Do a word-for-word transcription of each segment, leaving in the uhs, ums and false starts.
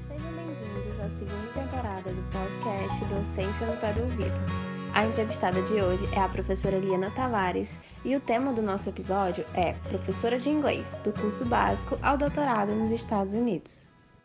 Sejam bem-vindos à segunda temporada do podcast Docência no Pé do Ouvido. A entrevistada de hoje é a professora Eliana Tavares e o tema do nosso episódio é Professora de Inglês, do curso básico ao doutorado nos Estados Unidos.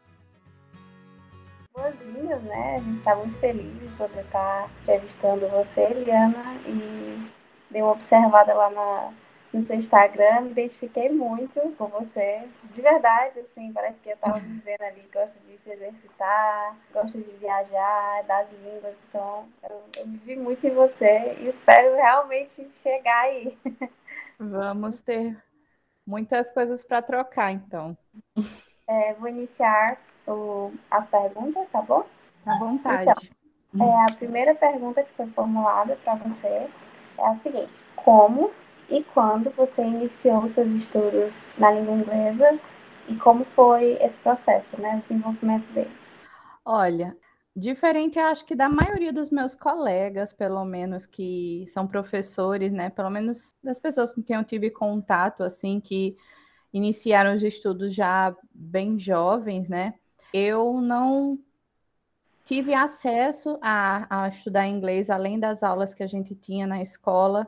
Boas-vindas, né? A gente está muito feliz de poder estar entrevistando você, Eliana, e dei uma observada lá na, no seu Instagram, me identifiquei muito com você, de verdade, assim, parece que eu estava me vendo ali, gosta de se exercitar, gosta de viajar, das línguas, então eu, eu me vi muito em você e espero realmente chegar aí. Vamos ter muitas coisas para trocar, então. É, vou iniciar o, as perguntas, tá bom? À vontade. Então, é, a primeira pergunta que foi formulada para você é a seguinte: como e quando você iniciou seus estudos na língua inglesa e como foi esse processo, né, o desenvolvimento dele? Olha, diferente, acho que da maioria dos meus colegas, pelo menos que são professores, né? Pelo menos das pessoas com quem eu tive contato, assim, que iniciaram os estudos já bem jovens, né? Eu não tive acesso a, a estudar inglês, além das aulas que a gente tinha na escola,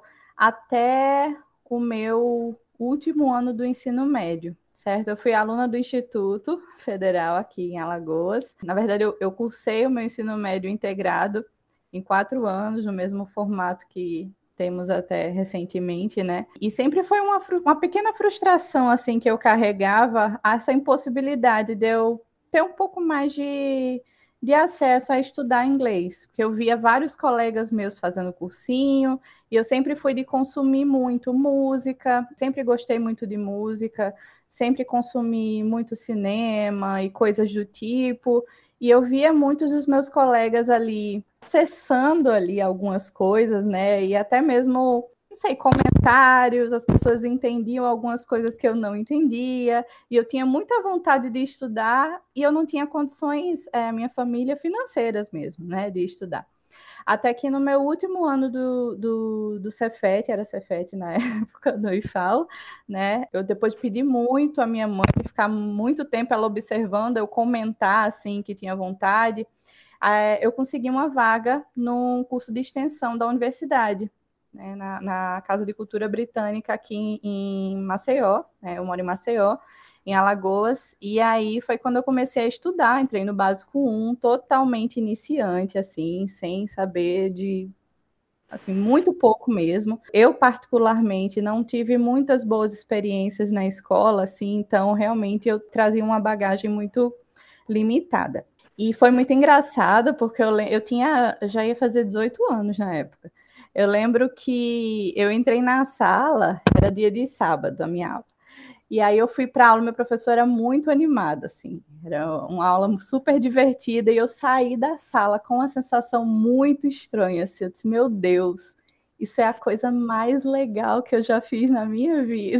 até o meu último ano do ensino médio, certo? Eu fui aluna do Instituto Federal aqui em Alagoas. Na verdade, eu, eu cursei o meu ensino médio integrado em quatro anos, no mesmo formato que temos até recentemente, né? E sempre foi uma, uma pequena frustração, assim, que eu carregava, essa impossibilidade de eu ter um pouco mais de de acesso a estudar inglês, porque eu via vários colegas meus fazendo cursinho, e eu sempre fui de consumir muito música, sempre gostei muito de música, sempre consumi muito cinema e coisas do tipo, e eu via muitos dos meus colegas ali acessando ali algumas coisas, né, e até mesmo, não sei, comentários, as pessoas entendiam algumas coisas que eu não entendia, e eu tinha muita vontade de estudar, e eu não tinha condições, é, minha família, financeiras mesmo, né, de estudar. Até que no meu último ano do, do, do Cefet, era Cefet na época, do I F A L, né, eu depois pedi muito a minha mãe, ficar muito tempo ela observando, eu comentar, assim, que tinha vontade, eu consegui uma vaga num curso de extensão da universidade, né, na, na Casa de Cultura Britânica aqui em, em Maceió, né, eu moro em Maceió, em Alagoas, e aí foi quando eu comecei a estudar, entrei no básico um, totalmente iniciante, assim, sem saber de, assim, muito pouco mesmo. Eu, particularmente, não tive muitas boas experiências na escola, assim, então, realmente, eu trazia uma bagagem muito limitada. E foi muito engraçado, porque eu, eu tinha, eu já ia fazer dezoito anos na época. Eu lembro que eu entrei na sala, era dia de sábado, a minha aula. E aí eu fui para a aula, meu professor era muito animado, assim, era uma aula super divertida, e eu saí da sala com uma sensação muito estranha, assim, eu disse, meu Deus, isso é a coisa mais legal que eu já fiz na minha vida.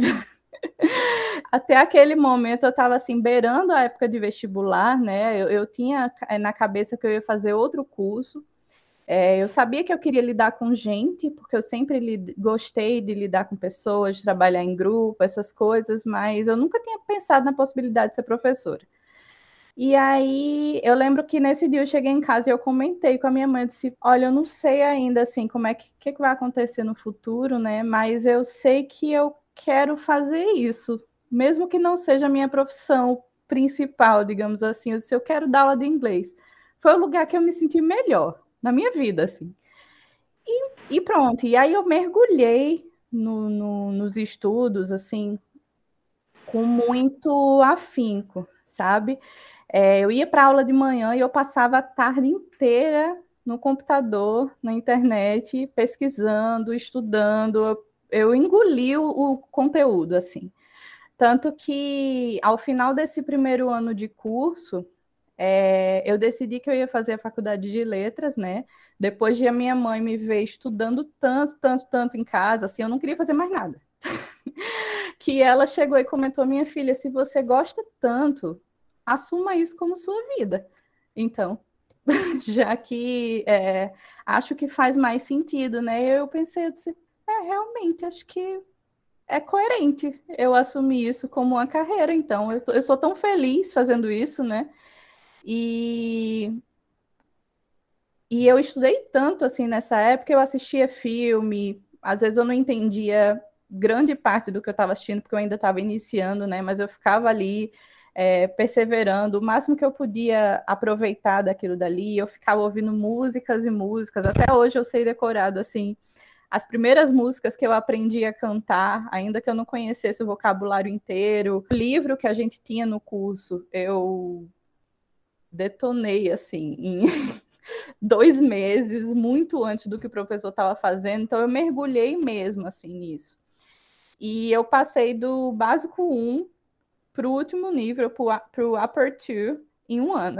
Até aquele momento eu estava assim, beirando a época de vestibular, né, eu, eu tinha na cabeça que eu ia fazer outro curso. É, eu sabia que eu queria lidar com gente, porque eu sempre li, gostei de lidar com pessoas, de trabalhar em grupo, essas coisas, mas eu nunca tinha pensado na possibilidade de ser professora. E aí, eu lembro que nesse dia eu cheguei em casa e eu comentei com a minha mãe, eu disse, olha, eu não sei ainda, assim, como é que, que vai acontecer no futuro, né, mas eu sei que eu quero fazer isso, mesmo que não seja a minha profissão principal, digamos assim, eu disse, eu quero dar aula de inglês. Foi o lugar que eu me senti melhor na minha vida, assim. E, e pronto, e aí eu mergulhei no, no, nos estudos, assim, com muito afinco, sabe? É, eu ia para aula de manhã e eu passava a tarde inteira no computador, na internet, pesquisando, estudando, eu, eu engoli o, o conteúdo, assim. Tanto que, ao final desse primeiro ano de curso, é, eu decidi que eu ia fazer a faculdade de letras, né? Depois de a minha mãe me ver estudando tanto, tanto, tanto em casa, assim, eu não queria fazer mais nada. Que ela chegou e comentou, minha filha, se você gosta tanto, assuma isso como sua vida. Então, já que é, acho que faz mais sentido, né? Eu pensei, eu disse, é, realmente, acho que é coerente eu assumir isso como uma carreira, então. Eu, tô, eu sou tão feliz fazendo isso, né? E, e eu estudei tanto, assim, nessa época, eu assistia filme, às vezes eu não entendia grande parte do que eu estava assistindo, porque eu ainda estava iniciando, né? Mas eu ficava ali, é, perseverando, o máximo que eu podia aproveitar daquilo dali, eu ficava ouvindo músicas e músicas, até hoje eu sei decorado, assim, as primeiras músicas que eu aprendi a cantar, ainda que eu não conhecesse o vocabulário inteiro, o livro que a gente tinha no curso, eu detonei, assim, em dois meses, muito antes do que o professor estava fazendo, então eu mergulhei mesmo, assim, nisso. E eu passei do básico um para o último nível, para o Upper dois, em um ano,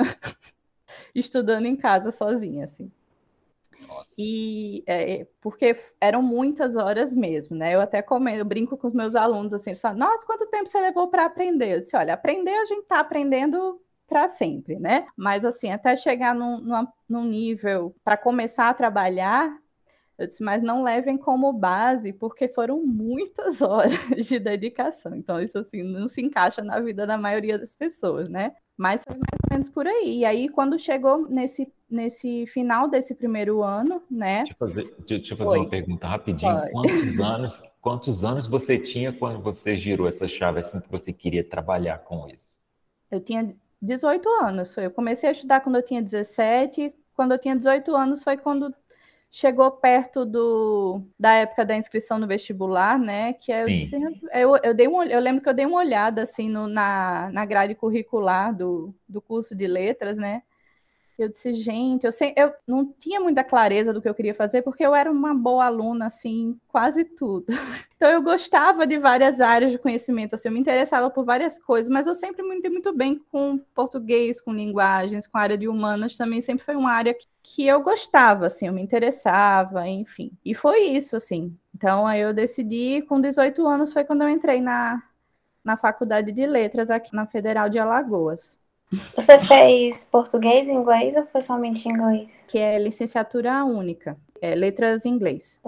estudando em casa sozinha, assim. Nossa. E é, porque eram muitas horas mesmo, né? Eu até comento, eu brinco com os meus alunos assim, eles falam, nossa, quanto tempo você levou para aprender? Eu disse, olha, aprender a gente está aprendendo para sempre, né? Mas assim, até chegar num, num, num nível para começar a trabalhar, eu disse, mas não levem como base, porque foram muitas horas de dedicação. Então, isso assim, não se encaixa na vida da maioria das pessoas, né? Mas foi mais ou menos por aí. E aí, quando chegou nesse, nesse final desse primeiro ano, né? Deixa eu fazer, deixa eu fazer Oi. uma pergunta rapidinho. Pode. Quantos anos, quantos anos você tinha quando você girou essa chave assim que você queria trabalhar com isso? Eu tinha dezoito anos. Eu comecei a estudar quando eu tinha dezessete. Quando eu tinha dezoito anos foi quando chegou perto do, da época da inscrição no vestibular, né? Que eu, disse, eu, eu, dei uma, eu lembro que eu dei uma olhada assim no, na, na grade curricular do, do curso de letras, né? Eu disse, gente, eu, sei, eu não tinha muita clareza do que eu queria fazer, porque eu era uma boa aluna, assim, quase tudo. Então, eu gostava de várias áreas de conhecimento, assim, eu me interessava por várias coisas, mas eu sempre me dei muito bem com português, com linguagens, com a área de humanas também, sempre foi uma área que, que eu gostava, assim, eu me interessava, enfim. E foi isso, assim. Então, aí eu decidi, com dezoito anos, foi quando eu entrei na, na Faculdade de Letras, aqui na Federal de Alagoas. Você fez português e inglês ou foi somente inglês? Que é licenciatura única, é letras em inglês.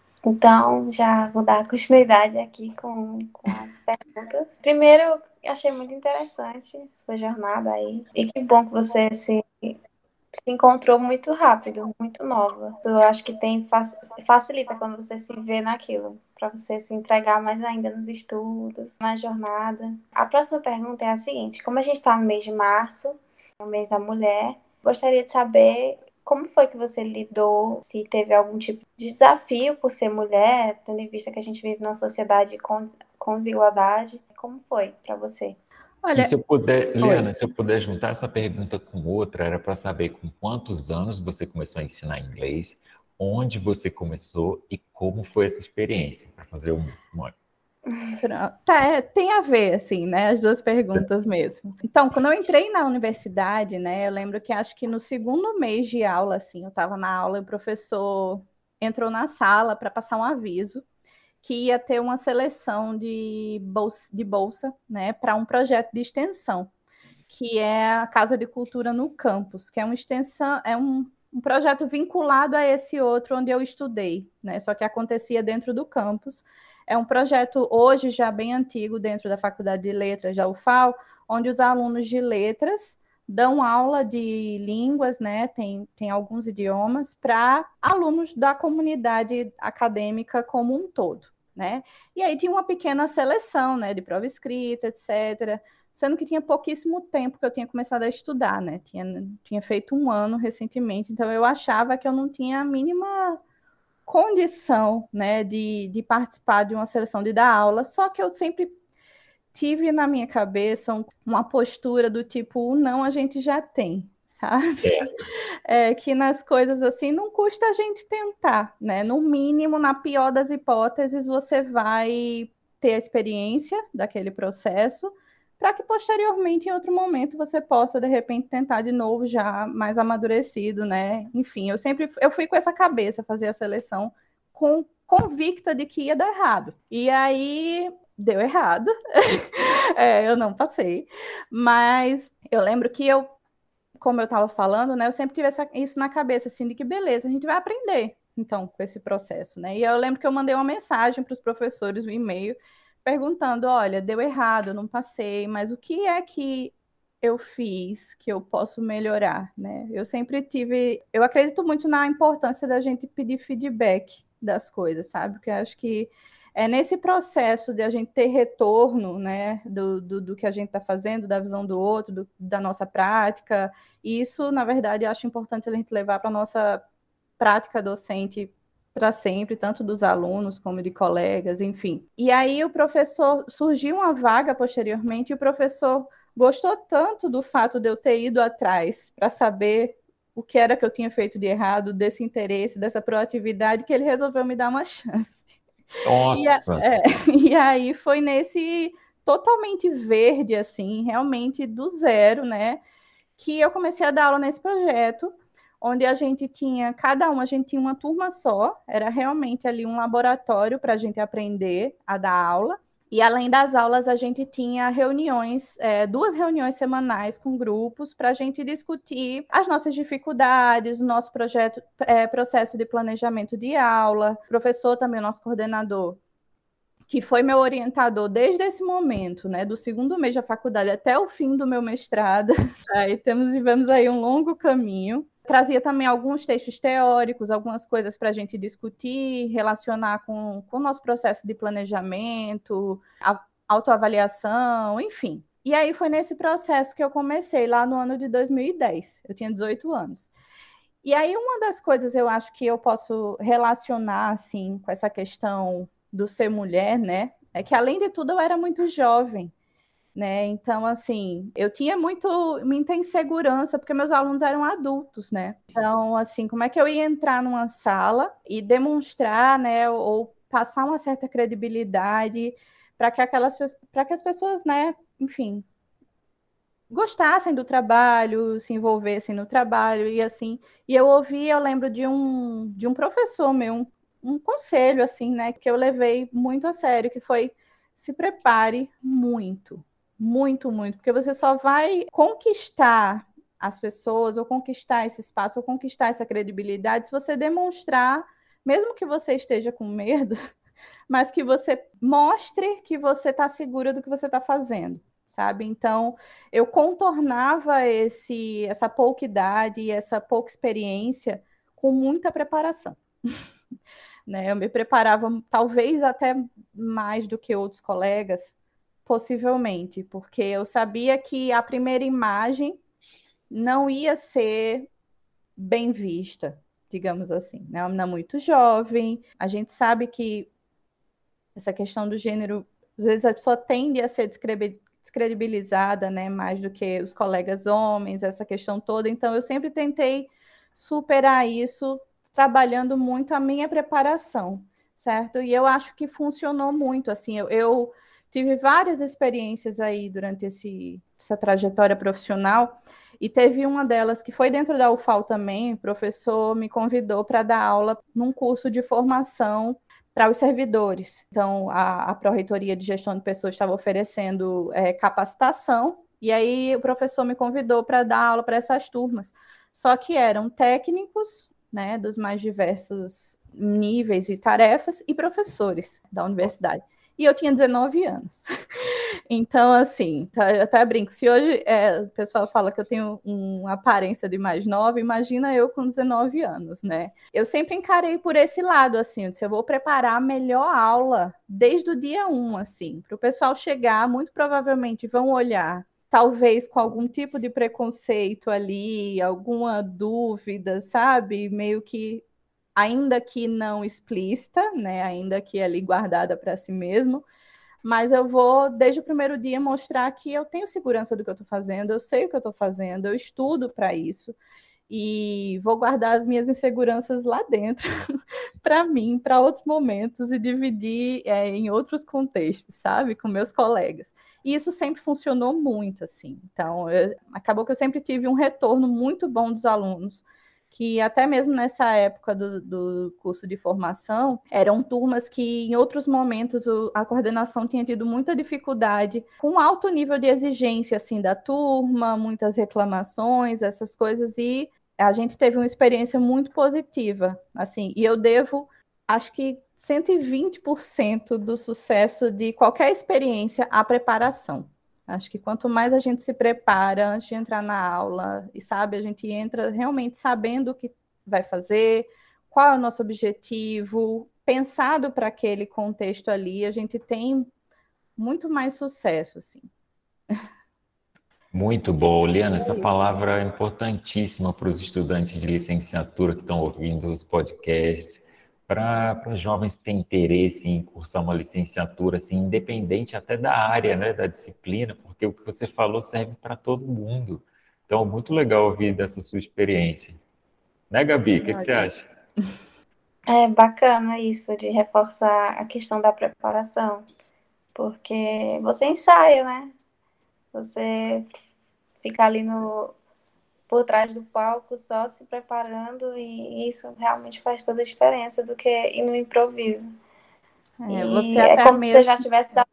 Então, já vou dar continuidade aqui com, com as perguntas. Primeiro, achei muito interessante sua jornada aí. E que bom que você se, se encontrou muito rápido, muito nova. Eu acho que tem facilita quando você se vê naquilo, para você se entregar mais ainda nos estudos, na jornada. A próxima pergunta é a seguinte: como a gente está no mês de março, no mês da mulher, gostaria de saber como foi que você lidou, se teve algum tipo de desafio por ser mulher, tendo em vista que a gente vive numa sociedade com, com desigualdade. Como foi para você? Olha, e se eu puder, Liana, se eu puder juntar essa pergunta com outra, era para saber com quantos anos você começou a ensinar inglês, onde você começou e como foi essa experiência, para fazer um... uma... Tá, é, tem a ver, assim, né, as duas perguntas mesmo. Então, quando eu entrei na universidade, né, eu lembro que acho que no segundo mês de aula, assim, eu estava na aula e o professor entrou na sala para passar um aviso que ia ter uma seleção de bolsa, de bolsa, né, para um projeto de extensão, que é a Casa de Cultura no Campus, que é uma extensão, é um, um projeto vinculado a esse outro onde eu estudei, né, só que acontecia dentro do campus. É um projeto hoje já bem antigo dentro da Faculdade de Letras da U F A L, onde os alunos de letras dão aula de línguas, né? Tem, tem alguns idiomas para alunos da comunidade acadêmica como um todo, né? E aí tinha uma pequena seleção, né? De prova escrita, etcétera. Sendo que tinha pouquíssimo tempo que eu tinha começado a estudar, né? Tinha, tinha feito um ano recentemente, então eu achava que eu não tinha a mínima condição, né, de, de participar de uma seleção, de dar aula, só que eu sempre tive na minha cabeça um, uma postura do tipo, não, a gente já tem, sabe? É, que nas coisas assim, não custa a gente tentar, né? No mínimo, na pior das hipóteses, você vai ter a experiência daquele processo, para que posteriormente, em outro momento, você possa, de repente, tentar de novo já mais amadurecido, né? Enfim, eu sempre eu fui com essa cabeça fazer a seleção com convicta de que ia dar errado. E aí deu errado, é, eu não passei, mas eu lembro que eu, como eu estava falando, né, eu sempre tive essa, isso na cabeça, assim, de que beleza, a gente vai aprender, então, com esse processo, né? E eu lembro que eu mandei uma mensagem para os professores, um e-mail, perguntando, olha, deu errado, eu não passei, mas o que é que eu fiz que eu posso melhorar, né? Eu sempre tive... Eu acredito muito na importância da gente pedir feedback das coisas, sabe? Porque eu acho que é nesse processo de a gente ter retorno, né, do, do, do que a gente está fazendo, da visão do outro, do, da nossa prática. E isso, na verdade, eu acho importante a gente levar para a nossa prática docente para sempre, tanto dos alunos como de colegas, enfim. E aí o professor... Surgiu uma vaga posteriormente e o professor gostou tanto do fato de eu ter ido atrás para saber o que era que eu tinha feito de errado, desse interesse, dessa proatividade, que ele resolveu me dar uma chance. Nossa! E, a, é, e aí foi nesse totalmente verde, assim, realmente do zero, né, que eu comecei a dar aula nesse projeto, onde a gente tinha, cada um, a gente tinha uma turma só, era realmente ali um laboratório para a gente aprender a dar aula. E além das aulas, a gente tinha reuniões, é, duas reuniões semanais com grupos para a gente discutir as nossas dificuldades, o nosso projeto, é, processo de planejamento de aula. O professor também, o nosso coordenador, que foi meu orientador desde esse momento, né, do segundo mês da faculdade até o fim do meu mestrado. Aí temos, tivemos aí um longo caminho. Trazia também alguns textos teóricos, algumas coisas para a gente discutir, relacionar com, com o nosso processo de planejamento, a autoavaliação, enfim. E aí foi nesse processo que eu comecei, lá no ano de dois mil e dez. Eu tinha dezoito anos. E aí uma das coisas eu acho que eu posso relacionar, assim, com essa questão do ser mulher, né, é que, além de tudo, eu era muito jovem. Né? Então, assim, eu tinha muito, muita insegurança, porque meus alunos eram adultos, né? Então, assim, como é que eu ia entrar numa sala e demonstrar, né, ou passar uma certa credibilidade para que aquelas, para que as pessoas, né, enfim, gostassem do trabalho, se envolvessem no trabalho e assim. E eu ouvi, eu lembro de um, de um professor meu, um, um conselho, assim, né, que eu levei muito a sério, que foi: se prepare muito. Muito, muito, porque você só vai conquistar as pessoas, ou conquistar esse espaço, ou conquistar essa credibilidade, se você demonstrar, mesmo que você esteja com medo, mas que você mostre que você está segura do que você está fazendo, sabe? Então, eu contornava esse, essa pouca idade e essa pouca experiência com muita preparação. Né? Eu me preparava, talvez até mais do que outros colegas, possivelmente, porque eu sabia que a primeira imagem não ia ser bem vista, digamos assim, né? Uma menina muito jovem, a gente sabe que essa questão do gênero, às vezes a pessoa tende a ser descredibilizada, né, mais do que os colegas homens, essa questão toda. Então eu sempre tentei superar isso, trabalhando muito a minha preparação, certo? E eu acho que funcionou muito, assim, eu, eu tive várias experiências aí durante esse, essa trajetória profissional, e teve uma delas que foi dentro da U F A L também. O professor me convidou para dar aula num curso de formação para os servidores. Então, a, a Pró-Reitoria de Gestão de Pessoas estava oferecendo é, capacitação, e aí o professor me convidou para dar aula para essas turmas. Só que eram técnicos, né, dos mais diversos níveis e tarefas, e professores da universidade. E eu tinha dezenove anos. Então, assim, eu até brinco, se hoje é, o pessoal fala que eu tenho uma aparência de mais nova, imagina eu com dezenove anos, né? Eu sempre encarei por esse lado, assim, eu disse, eu vou preparar a melhor aula desde o dia um, assim, para o pessoal chegar, muito provavelmente vão olhar, talvez com algum tipo de preconceito ali, alguma dúvida, sabe? Meio que, ainda que não explícita, né? Ainda que ali guardada para si mesmo, mas eu vou, desde o primeiro dia, mostrar que eu tenho segurança do que eu estou fazendo, eu sei o que eu estou fazendo, eu estudo para isso, e vou guardar as minhas inseguranças lá dentro, para mim, para outros momentos, e dividir é, em outros contextos, sabe, com meus colegas. E isso sempre funcionou muito, assim. Então, eu, acabou que eu sempre tive um retorno muito bom dos alunos, que até mesmo nessa época do, do curso de formação, eram turmas que em outros momentos o, a coordenação tinha tido muita dificuldade, com alto nível de exigência assim, da turma, muitas reclamações, essas coisas, e a gente teve uma experiência muito positiva, assim, e eu devo, acho que cento e vinte por cento do sucesso de qualquer experiência à preparação. Acho que quanto mais a gente se prepara antes de entrar na aula, e sabe, a gente entra realmente sabendo o que vai fazer, qual é o nosso objetivo, pensado para aquele contexto ali, a gente tem muito mais sucesso, assim. Muito bom, Liana. Essa É isso. palavra é importantíssima para os estudantes de licenciatura que estão ouvindo os podcasts, para para os jovens que têm interesse em cursar uma licenciatura, assim, independente até da área, né, da disciplina, porque o que você falou serve para todo mundo. Então, muito legal ouvir dessa sua experiência. Né, Gabi? O que que você Olha, acha? É bacana isso de reforçar a questão da preparação, porque você ensaia, né? Você fica ali no, por trás do palco só se preparando e isso realmente faz toda a diferença do que ir no improviso. é, você E é até como se você mesmo já tivesse dado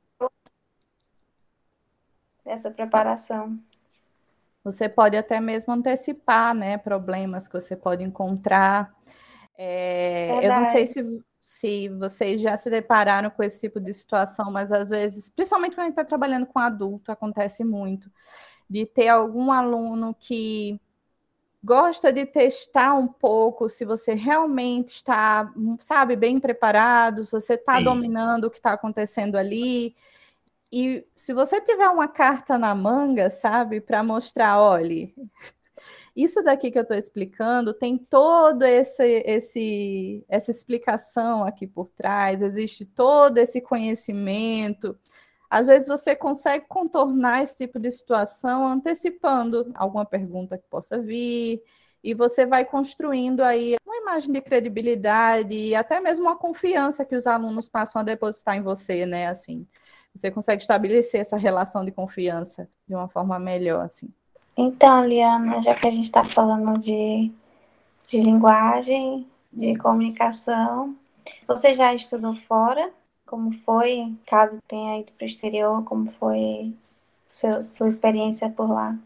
essa preparação. Você pode até mesmo antecipar, né, problemas que você pode encontrar. É, eu não sei Verdade. se, se vocês já se depararam com esse tipo de situação, mas às vezes, principalmente quando a gente está trabalhando com adulto, acontece muito, de ter algum aluno que gosta de testar um pouco se você realmente está, sabe, bem preparado, se você está Sim. dominando o que está acontecendo ali. E se você tiver uma carta na manga, sabe, para mostrar, olha, isso daqui que eu estou explicando tem todo esse, esse, essa explicação aqui por trás, existe todo esse conhecimento. Às vezes você consegue contornar esse tipo de situação antecipando alguma pergunta que possa vir, e você vai construindo aí uma imagem de credibilidade e até mesmo uma confiança que os alunos passam a depositar em você, né? Assim, você consegue estabelecer essa relação de confiança de uma forma melhor, assim. Então, Liana, já que a gente está falando de, de linguagem, de comunicação, você já estudou fora? Como foi, caso tenha ido para o exterior, como foi seu, sua experiência por lá?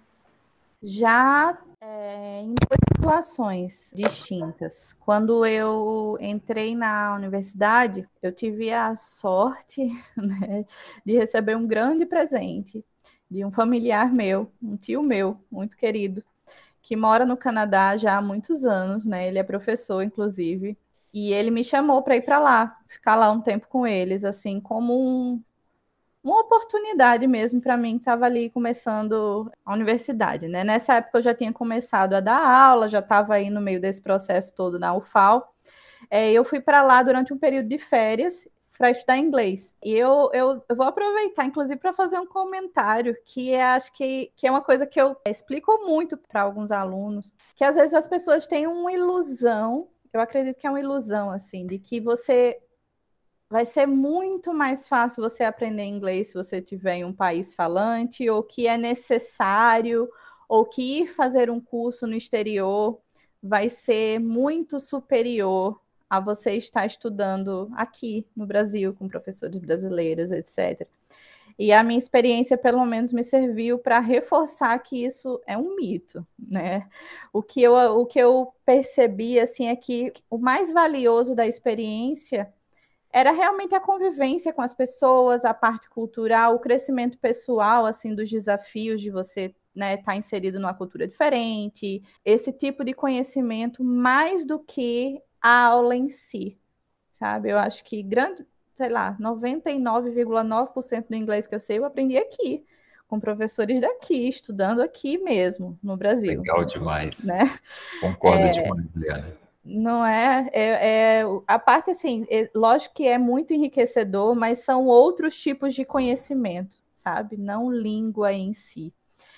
Já é, em duas situações distintas. Quando eu entrei na universidade, eu tive a sorte, né, de receber um grande presente de um familiar meu, um tio meu, muito querido, que mora no Canadá já há muitos anos, né? Ele é professor, inclusive, e ele me chamou para ir para lá, ficar lá um tempo com eles, assim, como um uma oportunidade mesmo para mim, que estava ali começando a universidade, né? Nessa época eu já tinha começado a dar aula, já estava aí no meio desse processo todo na U F A L. É, eu fui para lá durante um período de férias para estudar inglês. E eu, eu, eu vou aproveitar, inclusive, para fazer um comentário que é, acho que, que é uma coisa que eu explico muito para alguns alunos, que às vezes as pessoas têm uma ilusão, eu acredito que é uma ilusão, assim, de que você vai ser muito mais fácil você aprender inglês se você estiver em um país falante, ou que é necessário, ou que ir fazer um curso no exterior vai ser muito superior a você estar estudando aqui no Brasil, com professores brasileiros, etcétera. E a minha experiência, pelo menos, me serviu para reforçar que isso é um mito, né? O que eu, o que eu percebi, assim, é que o mais valioso da experiência era realmente a convivência com as pessoas, a parte cultural, o crescimento pessoal, assim, dos desafios de você, né, estar inserido numa cultura diferente, esse tipo de conhecimento, mais do que a aula em si, sabe? Eu acho que grande, sei lá, noventa e nove vírgula nove por cento do inglês que eu sei, eu aprendi aqui, com professores daqui, estudando aqui mesmo, no Brasil. Legal demais. Né? Concordo É... demais, Liana. Não é, é, é a parte assim, é, lógico que é muito enriquecedor, mas são outros tipos de conhecimento, sabe? Não língua em si,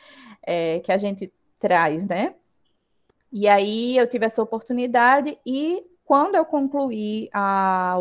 é, que a gente traz, né? E aí eu tive essa oportunidade e quando eu concluí a,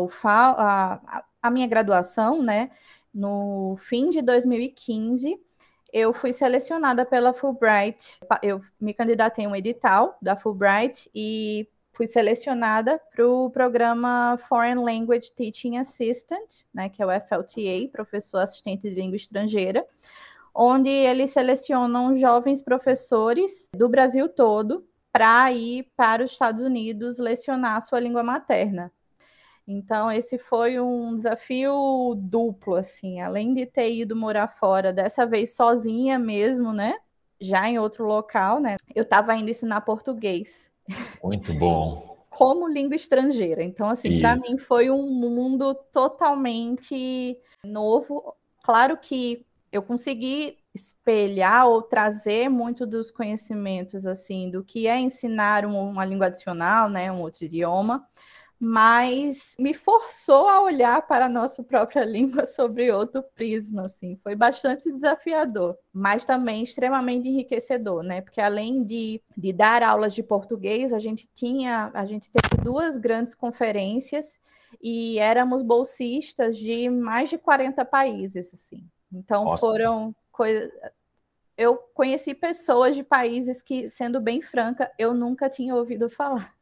a, a minha graduação, né, no fim de dois mil e quinze, eu fui selecionada pela Fulbright. Eu me candidatei a um edital da Fulbright e fui selecionada para o programa Foreign Language Teaching Assistant, né, que é o F L T A, professor assistente de língua estrangeira, onde eles selecionam jovens professores do Brasil todo para ir para os Estados Unidos lecionar a sua língua materna. Então, esse foi um desafio duplo, assim, além de ter ido morar fora, dessa vez sozinha mesmo, né? Já em outro local, né? Eu estava indo ensinar português. Muito bom. Como língua estrangeira. Então, assim, para Isso. mim foi um mundo totalmente novo. Claro que eu consegui espelhar ou trazer muito dos conhecimentos, assim, do que é ensinar uma língua adicional, né? Um outro idioma, mas me forçou a olhar para a nossa própria língua sobre outro prisma, assim, foi bastante desafiador, mas também extremamente enriquecedor, né, porque além de, de dar aulas de português, a gente tinha, a gente teve duas grandes conferências e éramos bolsistas de mais de quarenta países, assim, então Nossa. foram coisas... Eu conheci pessoas de países que, sendo bem franca, eu nunca tinha ouvido falar.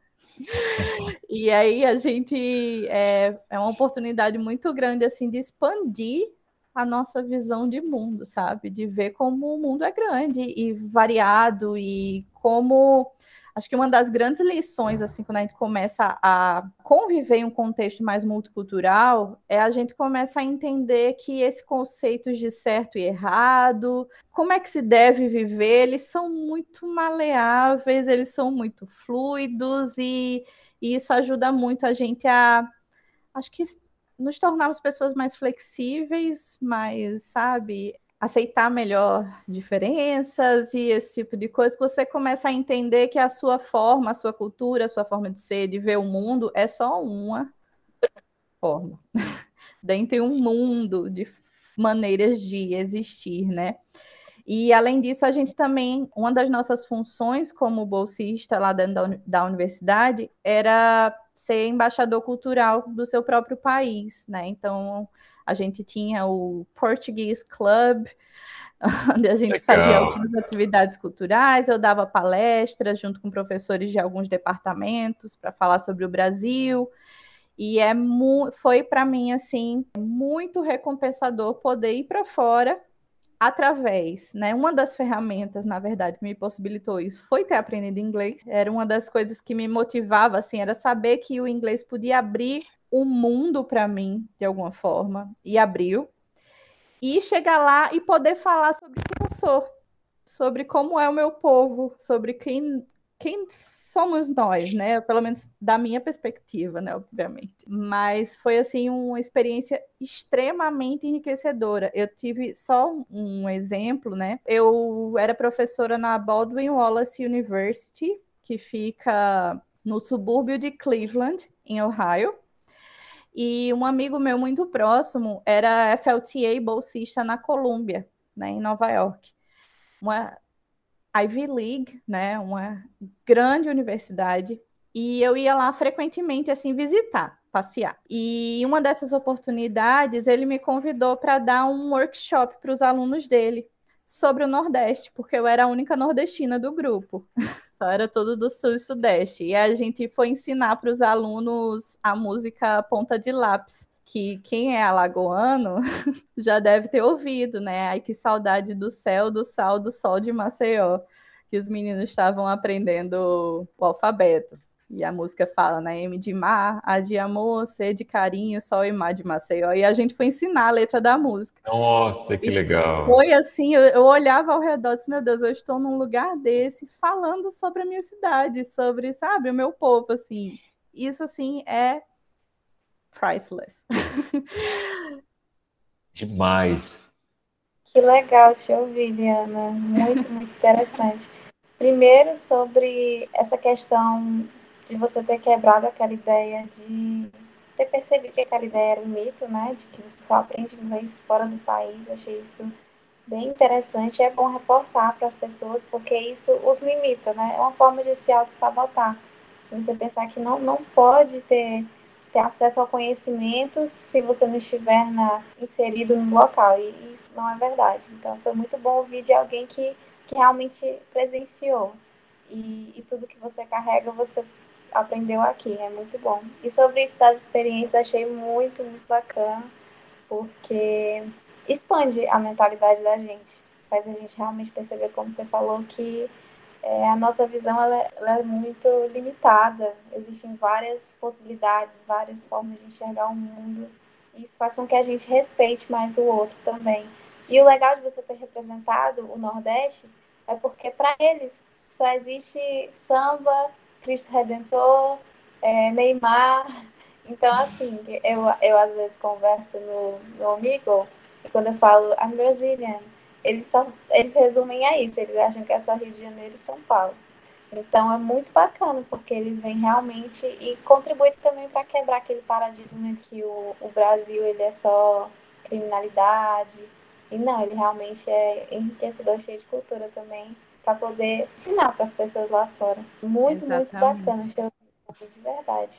E aí a gente é, é uma oportunidade muito grande assim de expandir a nossa visão de mundo, sabe? De ver como o mundo é grande e variado e como acho que uma das grandes lições assim quando a gente começa a conviver em um contexto mais multicultural é a gente começa a entender que esses conceitos de certo e errado, como é que se deve viver, eles são muito maleáveis, eles são muito fluidos e e isso ajuda muito a gente a, acho que nos tornarmos pessoas mais flexíveis, mais, sabe, aceitar melhor diferenças e esse tipo de coisa, que você começa a entender que a sua forma, a sua cultura, a sua forma de ser, de ver o mundo, é só uma forma. Dentre um mundo de maneiras de existir, né? E, além disso, a gente também, uma das nossas funções como bolsista lá dentro da, da universidade era ser embaixador cultural do seu próprio país, né? Então, a gente tinha o Portuguese Club, onde a gente Legal. fazia algumas atividades culturais, eu dava palestras junto com professores de alguns departamentos para falar sobre o Brasil, e é foi para mim, assim, muito recompensador poder ir para fora através, né? Uma das ferramentas, na verdade, que me possibilitou isso foi ter aprendido inglês. Era uma das coisas que me motivava, assim, era saber que o inglês podia abrir o mundo para mim, de alguma forma, e abriu. E chegar lá e poder falar sobre quem eu sou, sobre como é o meu povo, sobre quem, quem somos nós, né? Pelo menos da minha perspectiva, né? Obviamente. Mas foi, assim, uma experiência extremamente enriquecedora. Eu tive só um exemplo, né? Eu era professora na Baldwin Wallace University, que fica no subúrbio de Cleveland, em Ohio. E um amigo meu muito próximo era F L T A bolsista na Columbia, né, em Nova York. Uma Ivy League, né, uma grande universidade, e eu ia lá frequentemente assim visitar, passear. E uma dessas oportunidades, ele me convidou para dar um workshop para os alunos dele sobre o Nordeste, porque eu era a única nordestina do grupo. Só era todo do Sul e Sudeste. E a gente foi ensinar para os alunos a música Ponta de Lápis, que quem é alagoano já deve ter ouvido, né? Ai, que saudade do céu, do sal, do sol de Maceió, que os meninos estavam aprendendo o alfabeto. E a música fala, né? M de mar, A de amor, C de carinho, sol e mar de Maceió. E a gente foi ensinar a letra da música. Nossa, que E legal. foi assim, eu, eu olhava ao redor e disse, meu Deus, eu estou num lugar desse, falando sobre a minha cidade, sobre, sabe, o meu povo, assim. Isso, assim, é priceless. Demais. Que legal te ouvir, Liana. Muito, muito interessante. Primeiro, sobre essa questão de você ter quebrado aquela ideia de ter percebido que aquela ideia era um mito, né? De que você só aprende inglês fora do país. Achei isso bem interessante. É bom reforçar para as pessoas, porque isso os limita, né? É uma forma de se auto-sabotar. Você pensar que não, não pode ter, ter acesso ao conhecimento se você não estiver na, inserido no local. E isso não é verdade. Então, foi muito bom ouvir de alguém que, que realmente presenciou. E, e tudo que você carrega, você aprendeu aqui. É muito bom. E sobre isso das experiências, achei muito, muito bacana, porque expande a mentalidade da gente. Faz a gente realmente perceber, como você falou, que é, a nossa visão ela, ela é muito limitada. Existem várias possibilidades, várias formas de enxergar o mundo. E isso faz com que a gente respeite mais o outro também. E o legal de você ter representado o Nordeste é porque, para eles, só existe samba, Cristo Redentor, é, Neymar. Então, assim, eu, eu às vezes converso no, no Omegle, e quando eu falo I'm Brazilian, eles, só, eles resumem a isso, eles acham que é só Rio de Janeiro e São Paulo. Então é muito bacana, porque eles vêm realmente e contribuem também para quebrar aquele paradigma de que o, o Brasil ele é só criminalidade. E não, ele realmente é enriquecedor, cheio de cultura também, para poder ensinar para as pessoas lá fora. Muito, Exatamente. muito bacana, de verdade.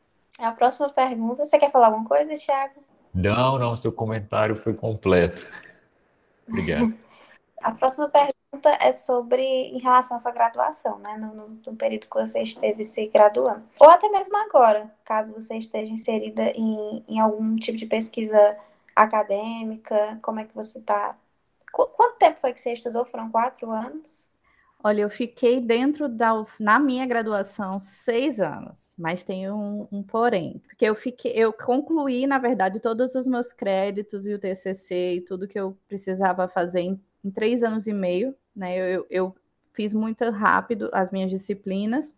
A próxima pergunta, você quer falar alguma coisa, Thiago? Não, não, seu comentário foi completo. Obrigado. A próxima pergunta é sobre em relação à sua graduação, né? No, no, no período que você esteve se graduando. Ou até mesmo agora, caso você esteja inserida em, em algum tipo de pesquisa acadêmica, como é que você está? Qu- Quanto tempo foi que você estudou? Foram quatro anos? Olha, eu fiquei dentro da, U F- na minha graduação, seis anos, mas tem um, um porém, porque eu fiquei, eu concluí, na verdade, todos os meus créditos e o T C C e tudo que eu precisava fazer em, em três anos e meio, né? Eu, eu, eu fiz muito rápido as minhas disciplinas,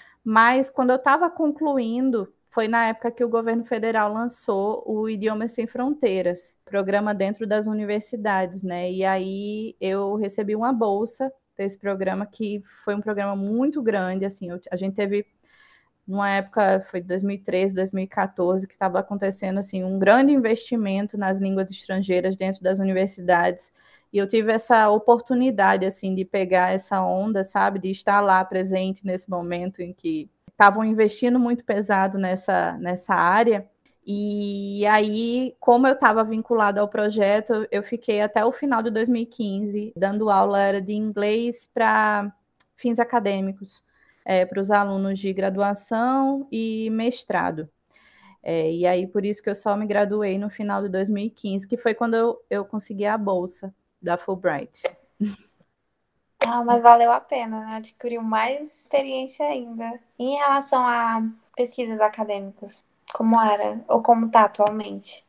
mas quando eu estava concluindo, foi na época que o governo federal lançou o Idiomas Sem Fronteiras, programa dentro das universidades, né? E aí eu recebi uma bolsa desse programa, que foi um programa muito grande, assim, eu, a gente teve, numa época, foi dois mil e treze, dois mil e quatorze, que estava acontecendo, assim, um grande investimento nas línguas estrangeiras dentro das universidades, e eu tive essa oportunidade, assim, de pegar essa onda, sabe, de estar lá presente nesse momento em que estavam investindo muito pesado nessa, nessa área. E aí, como eu estava vinculada ao projeto, eu fiquei até o final de dois mil e quinze dando aula de inglês para fins acadêmicos, é, para os alunos de graduação e mestrado. É, e aí, por isso que eu só me graduei no final de dois mil e quinze, que foi quando eu, eu consegui a bolsa da Fulbright. Ah, mas valeu a pena, né? Adquiriu mais experiência ainda. E em relação a pesquisas acadêmicas, como era ou como está atualmente?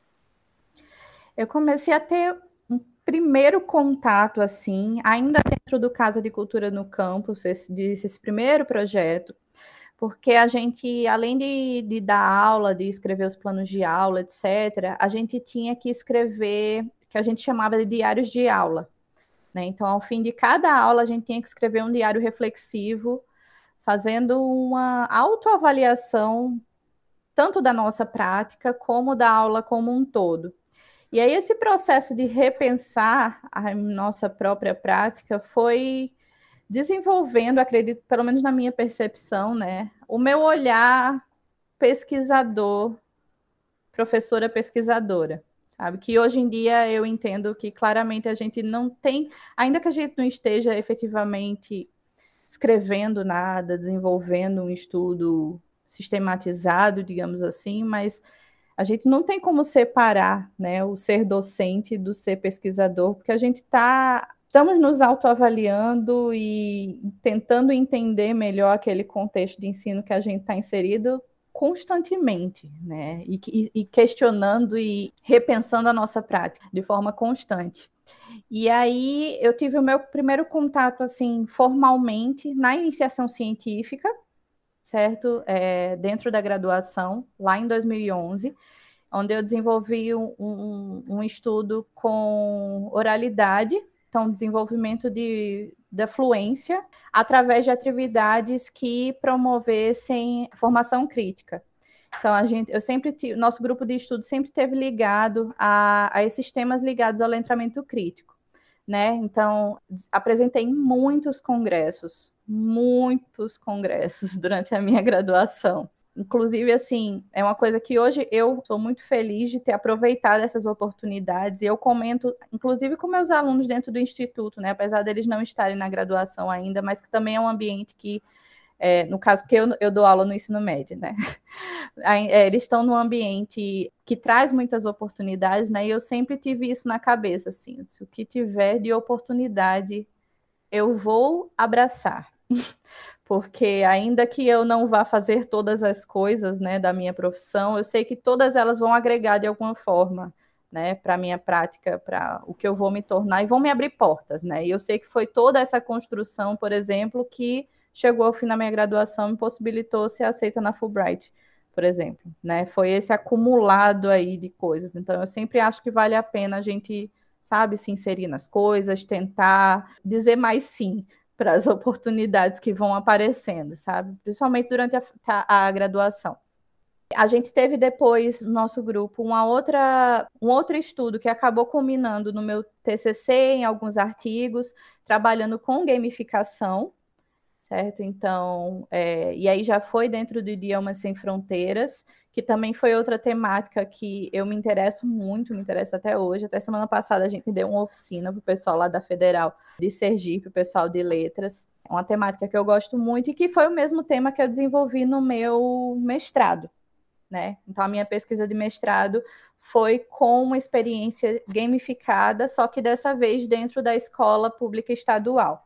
Eu comecei a ter um primeiro contato, assim, ainda dentro do Casa de Cultura no Campus, esse, esse primeiro projeto, porque a gente, além de, de dar aula, de escrever os planos de aula, etcétera, a gente tinha que escrever, que a gente chamava de diários de aula, né? Então, ao fim de cada aula, a gente tinha que escrever um diário reflexivo, fazendo uma autoavaliação, tanto da nossa prática, como da aula como um todo. E aí esse processo de repensar a nossa própria prática foi desenvolvendo, acredito, pelo menos na minha percepção, né, o meu olhar pesquisador, professora pesquisadora, sabe? Que hoje em dia eu entendo que claramente a gente não tem, ainda que a gente não esteja efetivamente escrevendo nada, desenvolvendo um estudo sistematizado, digamos assim, mas a gente não tem como separar, né, o ser docente do ser pesquisador, porque a gente está estamos nos autoavaliando e tentando entender melhor aquele contexto de ensino que a gente está inserido constantemente, né, e, e, e questionando e repensando a nossa prática de forma constante. E aí eu tive o meu primeiro contato, assim, formalmente, na iniciação científica, certo? É, dentro da graduação, lá em dois mil e onze, onde eu desenvolvi um, um, um estudo com oralidade, então desenvolvimento de, da fluência, através de atividades que promovessem formação crítica. Então, a gente, eu sempre tive, nosso grupo de estudo sempre esteve ligado a, a esses temas ligados ao letramento crítico, né? Então, apresentei muitos congressos, muitos congressos durante a minha graduação. Inclusive, assim, é uma coisa que hoje eu sou muito feliz de ter aproveitado essas oportunidades, e eu comento, inclusive, com meus alunos dentro do Instituto, né? Apesar deles não estarem na graduação ainda, mas que também é um ambiente que, é, no caso, porque eu, eu dou aula no ensino médio, né? É, eles estão num ambiente que traz muitas oportunidades, né? E eu sempre tive isso na cabeça, assim, se o que tiver de oportunidade, eu vou abraçar. Porque ainda que eu não vá fazer todas as coisas, né, da minha profissão, eu sei que todas elas vão agregar de alguma forma, né, para a minha prática, para o que eu vou me tornar, e vão me abrir portas, né? E eu sei que foi toda essa construção, por exemplo, que chegou ao fim da minha graduação e me possibilitou ser aceita na Fulbright, por exemplo, né? Foi esse acumulado aí de coisas. Então, eu sempre acho que vale a pena a gente, sabe, se inserir nas coisas, tentar dizer mais sim para as oportunidades que vão aparecendo, sabe? Principalmente durante a, a, a graduação. A gente teve depois, no nosso grupo, uma outra, um outro estudo que acabou culminando no meu T C C, em alguns artigos, trabalhando com gamificação, certo? Então, é, e aí já foi dentro do Idiomas Sem Fronteiras, que também foi outra temática que eu me interesso muito, me interesso até hoje. Até semana passada a gente deu uma oficina para o pessoal lá da Federal de Sergipe, o pessoal de letras. É uma temática que eu gosto muito e que foi o mesmo tema que eu desenvolvi no meu mestrado, né? Então, a minha pesquisa de mestrado foi com uma experiência gamificada, só que dessa vez dentro da escola pública estadual,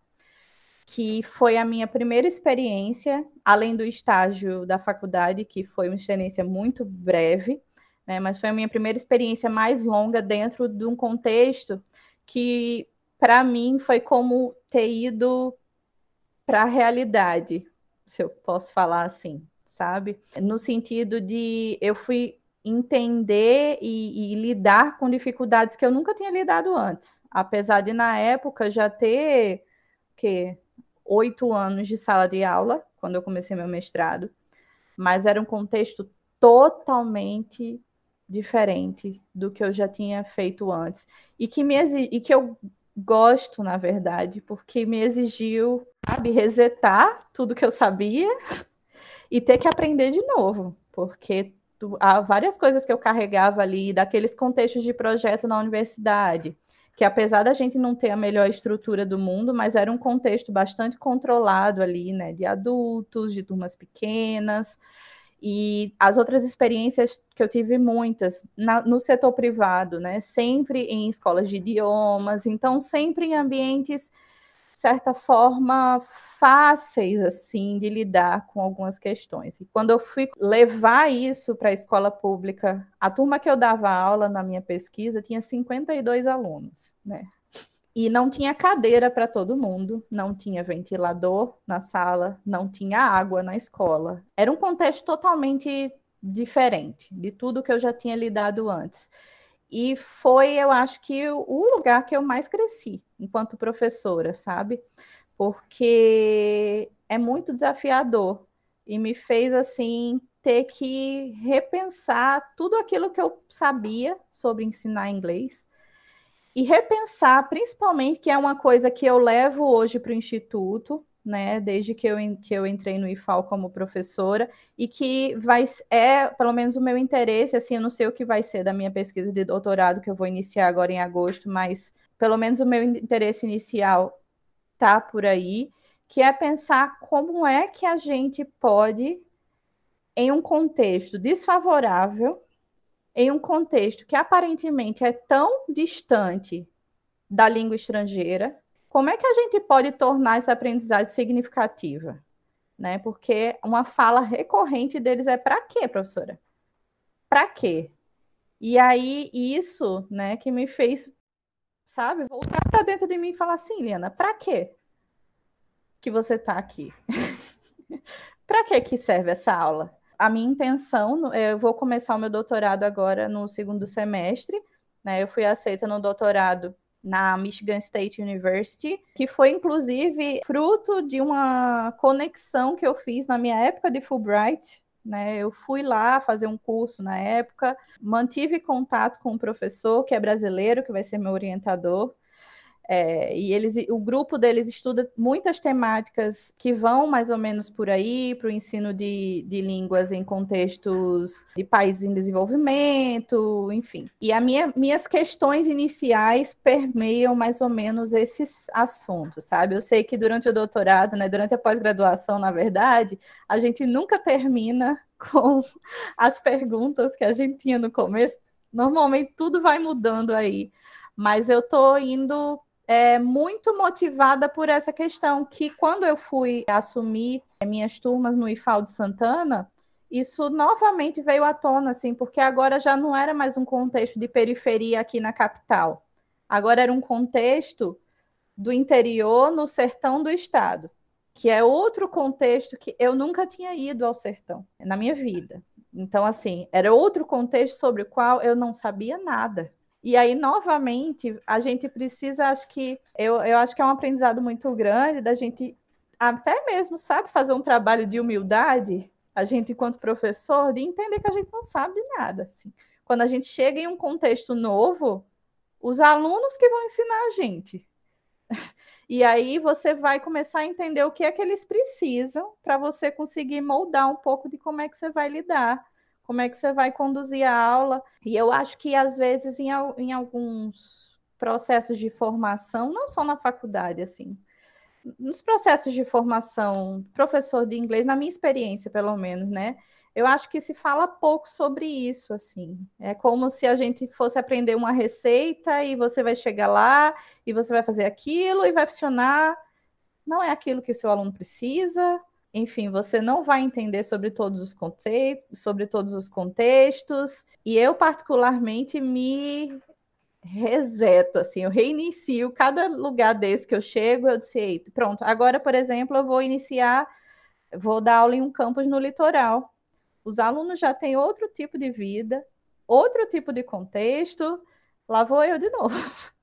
que foi a minha primeira experiência, além do estágio da faculdade, que foi uma experiência muito breve, né? Mas foi a minha primeira experiência mais longa dentro de um contexto que, para mim, foi como ter ido para a realidade, se eu posso falar assim, sabe? No sentido de eu fui entender e, e lidar com dificuldades que eu nunca tinha lidado antes, apesar de, na época, já ter que oito anos de sala de aula, quando eu comecei meu mestrado, mas era um contexto totalmente diferente do que eu já tinha feito antes, e que, me exig... e que eu gosto, na verdade, porque me exigiu, sabe, resetar tudo que eu sabia e ter que aprender de novo, porque há várias coisas que eu carregava ali, daqueles contextos de projeto na universidade, que apesar da gente não ter a melhor estrutura do mundo, mas era um contexto bastante controlado ali, né, de adultos, de turmas pequenas, e as outras experiências que eu tive muitas na, no setor privado, né, sempre em escolas de idiomas, então sempre em ambientes, de certa forma, fáceis, assim, de lidar com algumas questões. E quando eu fui levar isso para a escola pública, a turma que eu dava aula na minha pesquisa tinha cinquenta e dois alunos, né? E não tinha cadeira para todo mundo, não tinha ventilador na sala, não tinha água na escola. Era um contexto totalmente diferente de tudo que eu já tinha lidado antes. E foi, eu acho que, o lugar que eu mais cresci enquanto professora, sabe? Porque é muito desafiador e me fez, assim, ter que repensar tudo aquilo que eu sabia sobre ensinar inglês e repensar, principalmente, que é uma coisa que eu levo hoje para o Instituto, né, desde que eu, que eu entrei no I F A L como professora, e que vai, é, pelo menos o meu interesse, assim, eu não sei o que vai ser da minha pesquisa de doutorado, que eu vou iniciar agora em agosto, mas pelo menos o meu interesse inicial tá por aí, que é pensar como é que a gente pode, em um contexto desfavorável, em um contexto que aparentemente é tão distante da língua estrangeira, como é que a gente pode tornar essa aprendizagem significativa? Né? Porque uma fala recorrente deles é para quê, professora? Para quê? E aí isso, né, que me fez, sabe, voltar para dentro de mim e falar assim, Liana, para quê que você está aqui? Para que que serve essa aula? A minha intenção, eu vou começar o meu doutorado agora no segundo semestre, né? Eu fui aceita no doutorado na Michigan State University, que foi, inclusive, fruto de uma conexão que eu fiz na minha época de Fulbright, né? Eu fui lá fazer um curso na época, mantive contato com um professor que é brasileiro, que vai ser meu orientador, É, e eles, o grupo deles estuda muitas temáticas que vão mais ou menos por aí, para o ensino de, de línguas em contextos de países em desenvolvimento, enfim. E as minha, minhas questões iniciais permeiam mais ou menos esses assuntos, sabe? Eu sei que durante o doutorado, né, durante a pós-graduação, na verdade, a gente nunca termina com as perguntas que a gente tinha no começo. Normalmente tudo vai mudando aí, mas eu estou indo é, muito motivada por essa questão, que quando eu fui assumir minhas turmas no I F A L de Santana, isso novamente veio à tona, assim, porque agora já não era mais um contexto de periferia aqui na capital. Agora era um contexto do interior no sertão do estado, que é outro contexto que eu nunca tinha ido ao sertão na minha vida. Então, assim, era outro contexto sobre o qual eu não sabia nada. E aí, novamente, a gente precisa, acho que, eu, eu acho que é um aprendizado muito grande da gente até mesmo, sabe, fazer um trabalho de humildade, a gente, enquanto professor, de entender que a gente não sabe de nada. Assim. Quando a gente chega em um contexto novo, os alunos que vão ensinar a gente. E aí você vai começar a entender o que é que eles precisam para você conseguir moldar um pouco de como é que você vai lidar, como é que você vai conduzir a aula. E eu acho que, às vezes, em, em alguns processos de formação, não só na faculdade, assim, nos processos de formação, professor de inglês, na minha experiência, pelo menos, né? Eu acho que se fala pouco sobre isso, assim. É como se a gente fosse aprender uma receita e você vai chegar lá e você vai fazer aquilo e vai funcionar. Não é aquilo que o seu aluno precisa. Enfim, você não vai entender sobre todos os conceitos, sobre todos os contextos. E eu, particularmente, me reseto, assim, eu reinicio cada lugar desse que eu chego, eu disse, pronto, agora, por exemplo, eu vou iniciar, vou dar aula em um campus no litoral. Os alunos já têm outro tipo de vida, outro tipo de contexto, lá vou eu de novo.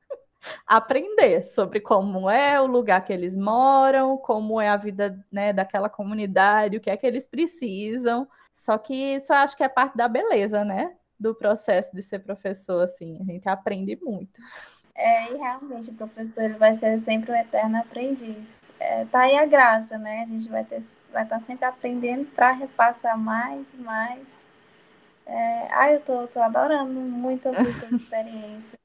Aprender sobre como é o lugar que eles moram, como é a vida, né, daquela comunidade, o que é que eles precisam. Só que isso eu acho que é parte da beleza, né? Do processo de ser professor, assim, a gente aprende muito. É, e realmente o professor vai ser sempre um eterno aprendiz. É, tá aí a graça, né? A gente vai ter, vai estar sempre aprendendo para repassar mais e mais. É, ah, eu tô, tô adorando muito ouvir sua experiência.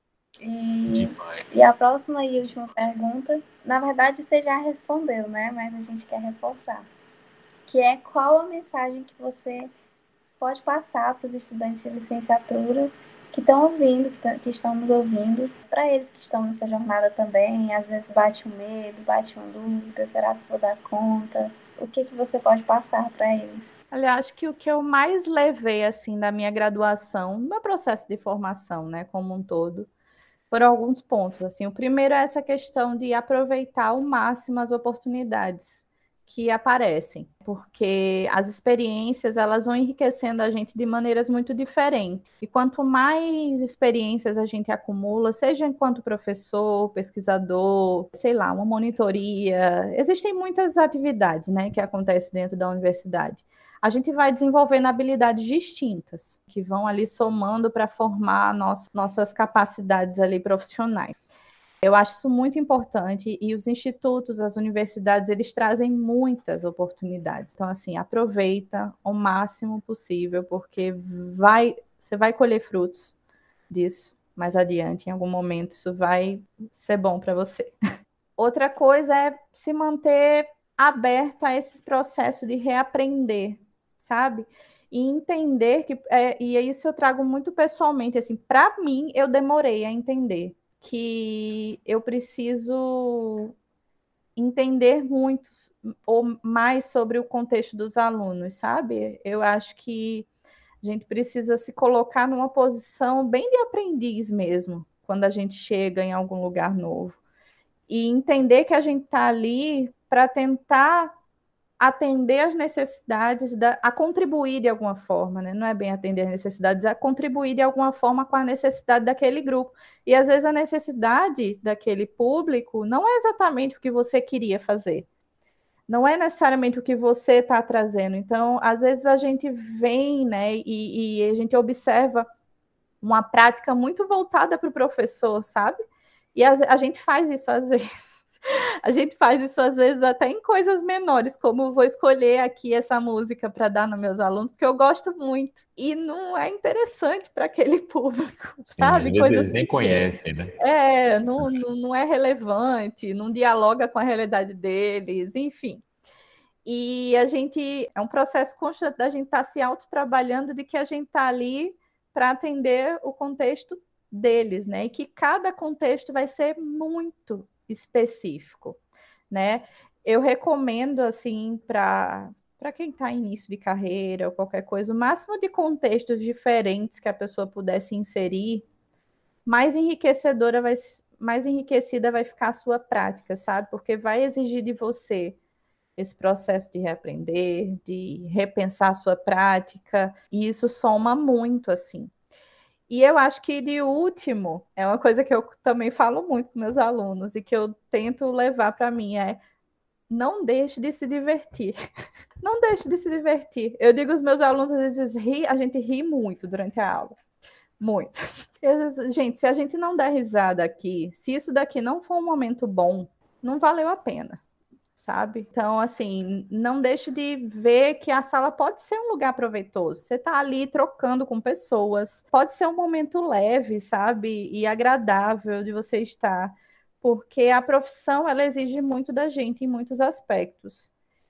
E, e a próxima e última pergunta, na verdade você já respondeu, né? Mas a gente quer reforçar. Que é qual a mensagem que você pode passar para os estudantes de licenciatura que estão ouvindo, que estão nos ouvindo, para eles que estão nessa jornada também, às vezes bate um medo, bate uma dúvida, será se vou dar conta? O que, que você pode passar para eles? Olha, acho que o que eu mais levei, assim, da minha graduação, no meu processo de formação, né, como um todo, foram alguns pontos, assim. O primeiro é essa questão de aproveitar ao máximo as oportunidades que aparecem, porque as experiências, elas vão enriquecendo a gente de maneiras muito diferentes. E quanto mais experiências a gente acumula, seja enquanto professor, pesquisador, sei lá, uma monitoria, existem muitas atividades, né, que acontecem dentro da universidade. A gente vai desenvolvendo habilidades distintas, que vão ali somando para formar nossa, nossas capacidades ali profissionais. Eu acho isso muito importante, e os institutos, as universidades, eles trazem muitas oportunidades. Então, assim, aproveita o máximo possível, porque vai, você vai colher frutos disso mais adiante, em algum momento, isso vai ser bom para você. Outra coisa é se manter aberto a esses processos de reaprender, sabe? E entender que, é, e isso eu trago muito pessoalmente, assim, para mim, eu demorei a entender que eu preciso entender muito ou mais sobre o contexto dos alunos, sabe? Eu acho que a gente precisa se colocar numa posição bem de aprendiz mesmo, quando a gente chega em algum lugar novo. E entender que a gente está ali para tentar atender as necessidades, da, a contribuir de alguma forma, né? Não é bem atender as necessidades, é a contribuir de alguma forma com a necessidade daquele grupo. E às vezes a necessidade daquele público não é exatamente o que você queria fazer, não é necessariamente o que você está trazendo. Então, às vezes a gente vem, né, e, e a gente observa uma prática muito voltada para o professor, sabe? E a, a gente faz isso às vezes. A gente faz isso às vezes até em coisas menores, como vou escolher aqui essa música para dar nos meus alunos, porque eu gosto muito. E não é interessante para aquele público, Sim, sabe? Às coisas eles nem conhecem, né? É, não, não, não é relevante, não dialoga com a realidade deles, enfim. E a gente, é um processo constante da gente estar tá se autotrabalhando, de que a gente está ali para atender o contexto deles, né? E que cada contexto vai ser muito específico, né? Eu recomendo, assim, para para quem está em início de carreira ou qualquer coisa, o máximo de contextos diferentes que a pessoa pudesse inserir, mais enriquecedora vai, mais enriquecida vai ficar a sua prática, sabe? Porque vai exigir de você esse processo de reaprender, de repensar a sua prática, e isso soma muito, assim. E eu acho que, de último, é uma coisa que eu também falo muito com meus alunos e que eu tento levar para mim, é não deixe de se divertir. Não deixe de se divertir. Eu digo aos meus alunos, às vezes, ri, a gente ri muito durante a aula. Muito. Vezes, gente, se a gente não der risada aqui, se isso daqui não for um momento bom, não valeu a pena, sabe? Então, assim, não deixe de ver que a sala pode ser um lugar proveitoso. Você está ali trocando com pessoas, pode ser um momento leve, sabe? E agradável de você estar, porque a profissão, ela exige muito da gente em muitos aspectos.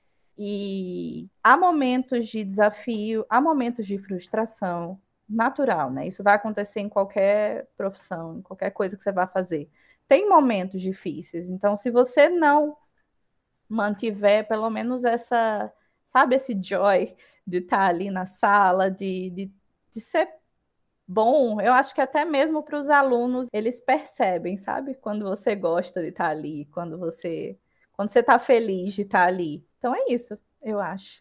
E há momentos de desafio, há momentos de frustração, natural, né? Isso vai acontecer em qualquer profissão, em qualquer coisa que você vai fazer. Tem momentos difíceis, então se você não mantiver pelo menos essa, sabe, esse joy de estar ali na sala, de, de, de ser bom, eu acho que até mesmo para os alunos, eles percebem, sabe? Quando você gosta de estar ali, quando você quando você está feliz de estar ali. Então é isso, eu acho.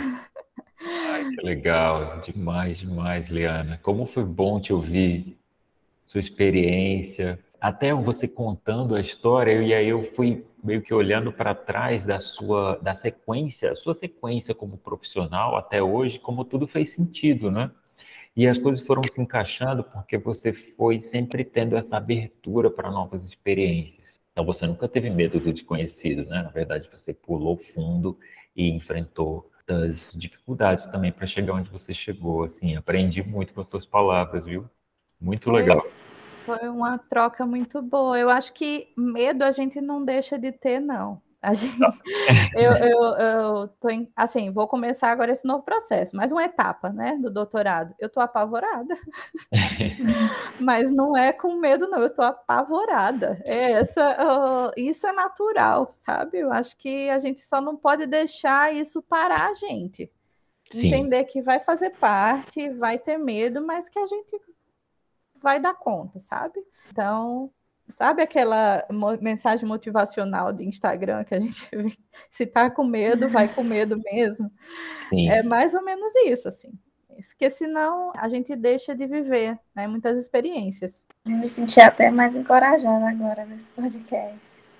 Ai, que legal, demais, demais, Liana. Como foi bom te ouvir, sua experiência, até você contando a história, e aí eu fui meio que olhando para trás da sua da sequência, a sua sequência como profissional até hoje, como tudo fez sentido, né? E as coisas foram se encaixando porque você foi sempre tendo essa abertura para novas experiências. Então você nunca teve medo do desconhecido, né? Na verdade, você pulou fundo e enfrentou das dificuldades também para chegar onde você chegou, assim, aprendi muito com as suas palavras, viu? Muito legal. Foi uma troca muito boa. Eu acho que medo a gente não deixa de ter, não. A gente, eu, eu, eu tô em, assim, vou começar agora esse novo processo, mais uma etapa, né, do doutorado. Eu tô apavorada, mas não é com medo, não. Eu tô apavorada. É essa, uh, isso é natural, sabe? Eu acho que a gente só não pode deixar isso parar a gente. Sim. Entender que vai fazer parte, vai ter medo, mas que a gente vai dar conta, sabe? Então, sabe aquela mensagem motivacional de Instagram que a gente se tá com medo, vai com medo mesmo? Sim. É mais ou menos isso, assim. Porque senão a gente deixa de viver, né, muitas experiências. Eu me senti até mais encorajada agora nesse podcast.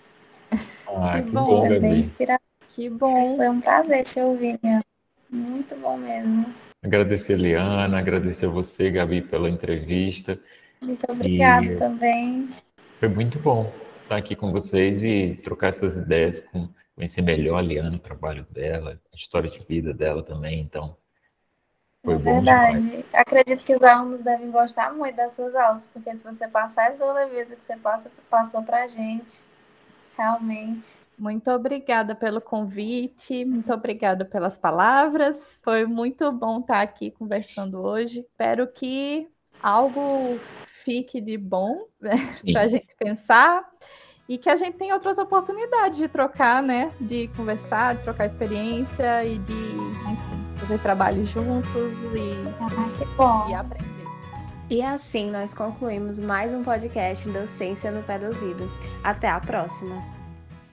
Ah, que, que bom, bom é bem inspirador. Que bom. Foi um prazer te ouvir, minha. Muito bom mesmo. Agradecer a Liana, agradecer a você, Gabi, pela entrevista. Muito obrigada e... também. Foi muito bom estar aqui com vocês e trocar essas ideias, com, conhecer melhor a Liana, o trabalho dela, a história de vida dela também, então foi é bom verdade. demais. Acredito que os alunos devem gostar muito das suas aulas, porque se você passar essa leveza que você passa, passou para a gente, realmente. Muito obrigada pelo convite, muito obrigada pelas palavras. Foi muito bom estar aqui conversando hoje. Espero que algo fique de bom, né, para a gente pensar e que a gente tenha outras oportunidades de trocar, né, de conversar, de trocar experiência e de, enfim, fazer trabalho juntos e, ah, que bom. e aprender. E assim nós concluímos mais um podcast Docência no Pé do Ouvido. Até a próxima!